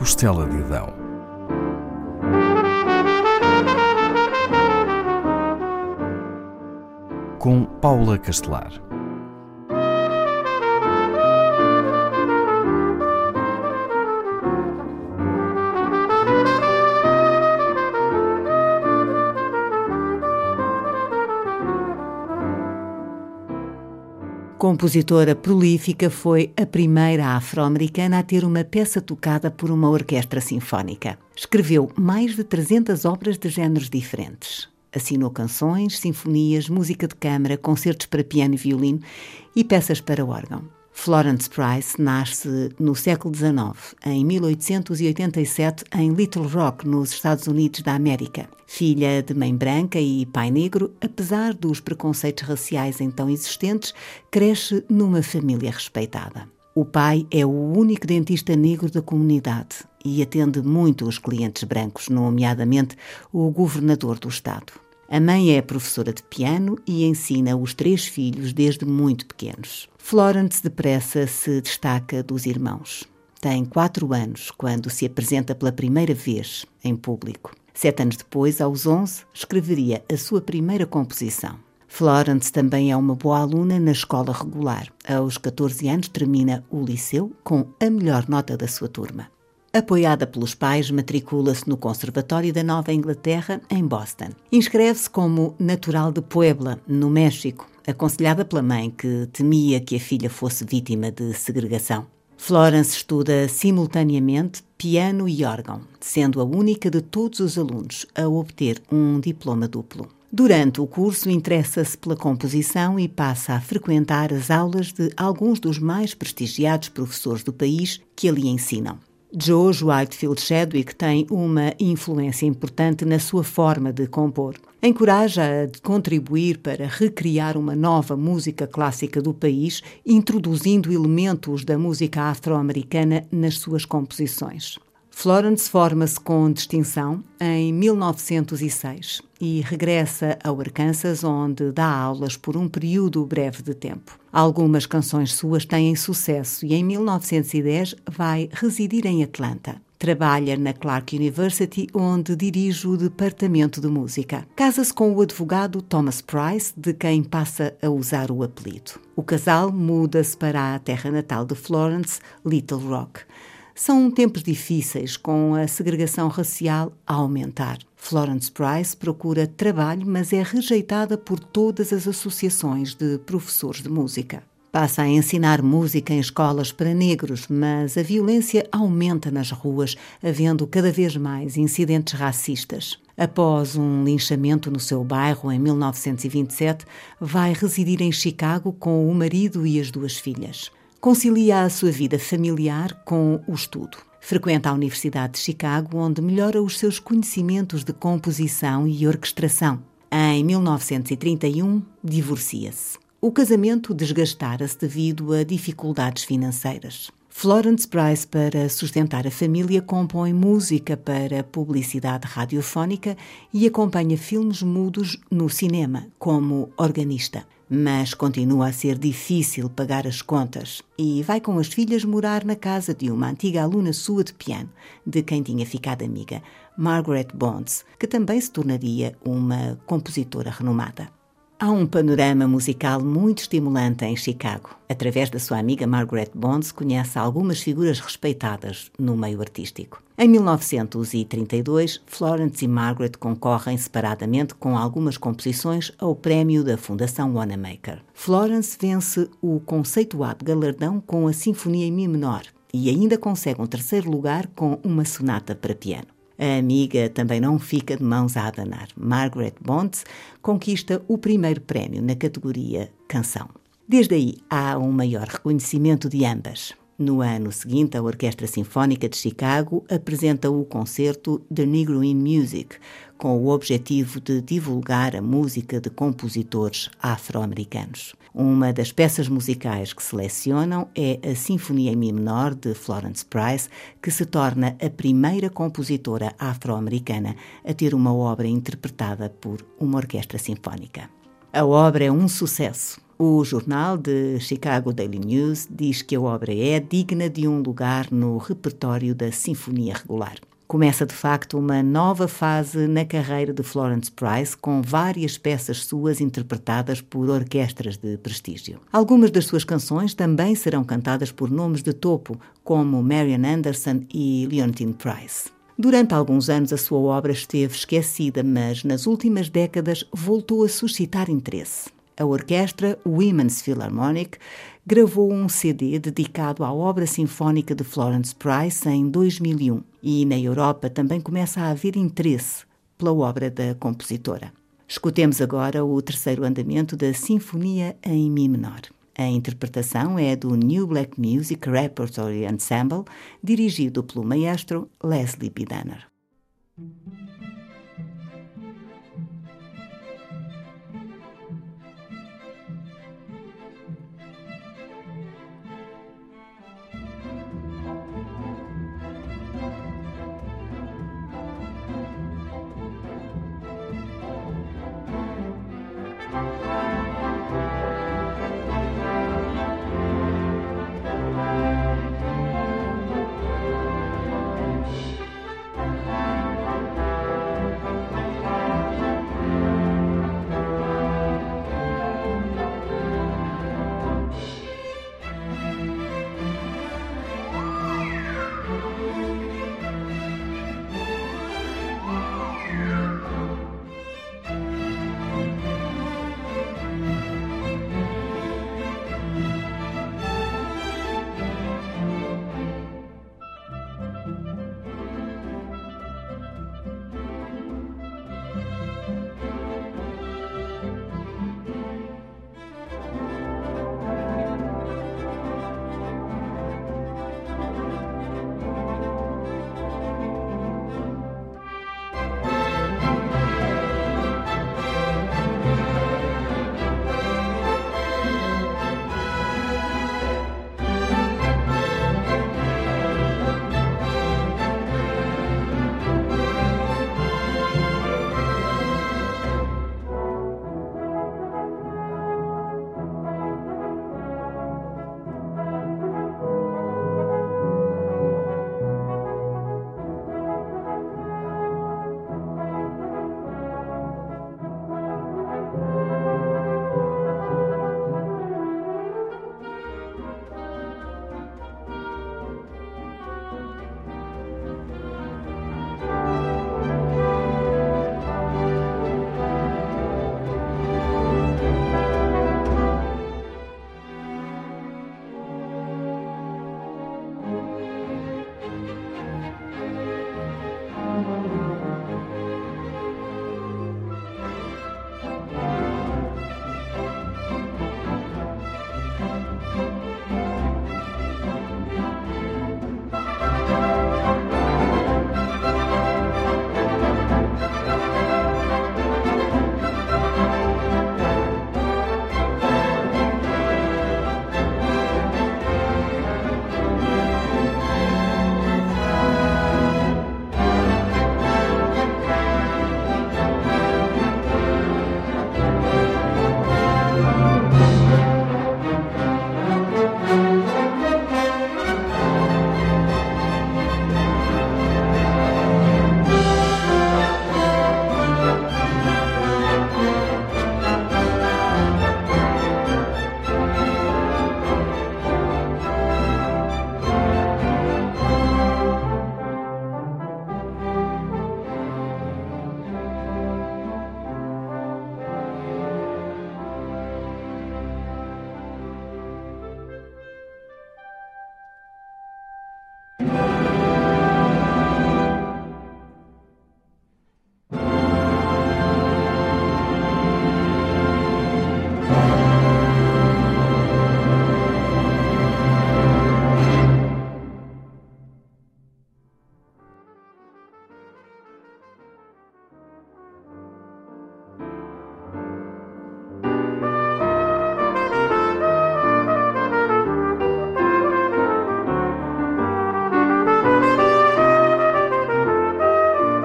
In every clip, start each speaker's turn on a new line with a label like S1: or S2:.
S1: Costela de Adão. Com Paula Castelar.
S2: Compositora prolífica, foi a primeira afro-americana a ter uma peça tocada por uma orquestra sinfónica. Escreveu mais de 300 obras de géneros diferentes. Assinou canções, sinfonias, música de câmara, concertos para piano e violino e peças para órgão. Florence Price nasce no século XIX, em 1887, em Little Rock, nos Estados Unidos da América. Filha de mãe branca e pai negro, apesar dos preconceitos raciais então existentes, cresce numa família respeitada. O pai é o único dentista negro da comunidade e atende muito os clientes brancos, nomeadamente o governador do estado. A mãe é professora de piano e ensina os 3 filhos desde muito pequenos. Florence depressa se destaca dos irmãos. Tem 4 anos quando se apresenta pela primeira vez em público. 7 anos depois, aos 11, escreveria a sua primeira composição. Florence também é uma boa aluna na escola regular. Aos 14 anos termina o liceu com a melhor nota da sua turma. Apoiada pelos pais, matricula-se no Conservatório da Nova Inglaterra, em Boston. Inscreve-se como natural de Puebla, no México, aconselhada pela mãe, que temia que a filha fosse vítima de segregação. Florence estuda simultaneamente piano e órgão, sendo a única de todos os alunos a obter um diploma duplo. Durante o curso, interessa-se pela composição e passa a frequentar as aulas de alguns dos mais prestigiados professores do país que ali ensinam. George Whitefield Chadwick tem uma influência importante na sua forma de compor. Encoraja-a a contribuir para recriar uma nova música clássica do país, introduzindo elementos da música afro-americana nas suas composições. Florence forma-se com distinção em 1906 e regressa ao Arkansas, onde dá aulas por um período breve de tempo. Algumas canções suas têm sucesso e em 1910 vai residir em Atlanta. Trabalha na Clark University, onde dirige o departamento de música. Casa-se com o advogado Thomas Price, de quem passa a usar o apelido. O casal muda-se para a terra natal de Florence, Little Rock. São tempos difíceis, com a segregação racial a aumentar. Florence Price procura trabalho, mas é rejeitada por todas as associações de professores de música. Passa a ensinar música em escolas para negros, mas a violência aumenta nas ruas, havendo cada vez mais incidentes racistas. Após um linchamento no seu bairro em 1927, vai residir em Chicago com o marido e as 2 filhas. Concilia a sua vida familiar com o estudo. Frequenta a Universidade de Chicago, onde melhora os seus conhecimentos de composição e orquestração. Em 1931, divorcia-se. O casamento desgastara-se devido a dificuldades financeiras. Florence Price, para sustentar a família, compõe música para publicidade radiofónica e acompanha filmes mudos no cinema, como organista. Mas continua a ser difícil pagar as contas e vai com as filhas morar na casa de uma antiga aluna sua de piano, de quem tinha ficado amiga, Margaret Bonds, que também se tornaria uma compositora renomada. Há um panorama musical muito estimulante em Chicago. Através da sua amiga Margaret Bonds, conhece algumas figuras respeitadas no meio artístico. Em 1932, Florence e Margaret concorrem separadamente com algumas composições ao prémio da Fundação Wanamaker. Florence vence o conceituado galardão com a Sinfonia em Mi menor e ainda consegue um 3º lugar com uma sonata para piano. A amiga também não fica de mãos a abanar. Margaret Bonds conquista o 1º prémio na categoria Canção. Desde aí há um maior reconhecimento de ambas. No ano seguinte, a Orquestra Sinfónica de Chicago apresenta o concerto The Negro in Music, com o objetivo de divulgar a música de compositores afro-americanos. Uma das peças musicais que selecionam é a Sinfonia em Mi menor, de Florence Price, que se torna a primeira compositora afro-americana a ter uma obra interpretada por uma orquestra sinfónica. A obra é um sucesso O jornal The Chicago Daily News diz que a obra é digna de um lugar no repertório da Sinfonia Regular. Começa, de facto, uma nova fase na carreira de Florence Price, com várias peças suas interpretadas por orquestras de prestígio. Algumas das suas canções também serão cantadas por nomes de topo, como Marian Anderson e Leontyne Price. Durante alguns anos a sua obra esteve esquecida, mas nas últimas décadas voltou a suscitar interesse. A orquestra Women's Philharmonic gravou um CD dedicado à obra sinfónica de Florence Price em 2001 e na Europa também começa a haver interesse pela obra da compositora. Escutemos agora o terceiro andamento da Sinfonia em Mi menor. A interpretação é do New Black Music Repertory Ensemble, dirigido pelo maestro Leslie Bidaner.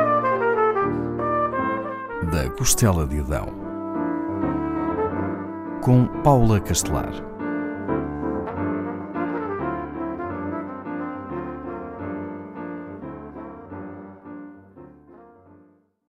S1: Da Costela de Adão, com Paula Castelar.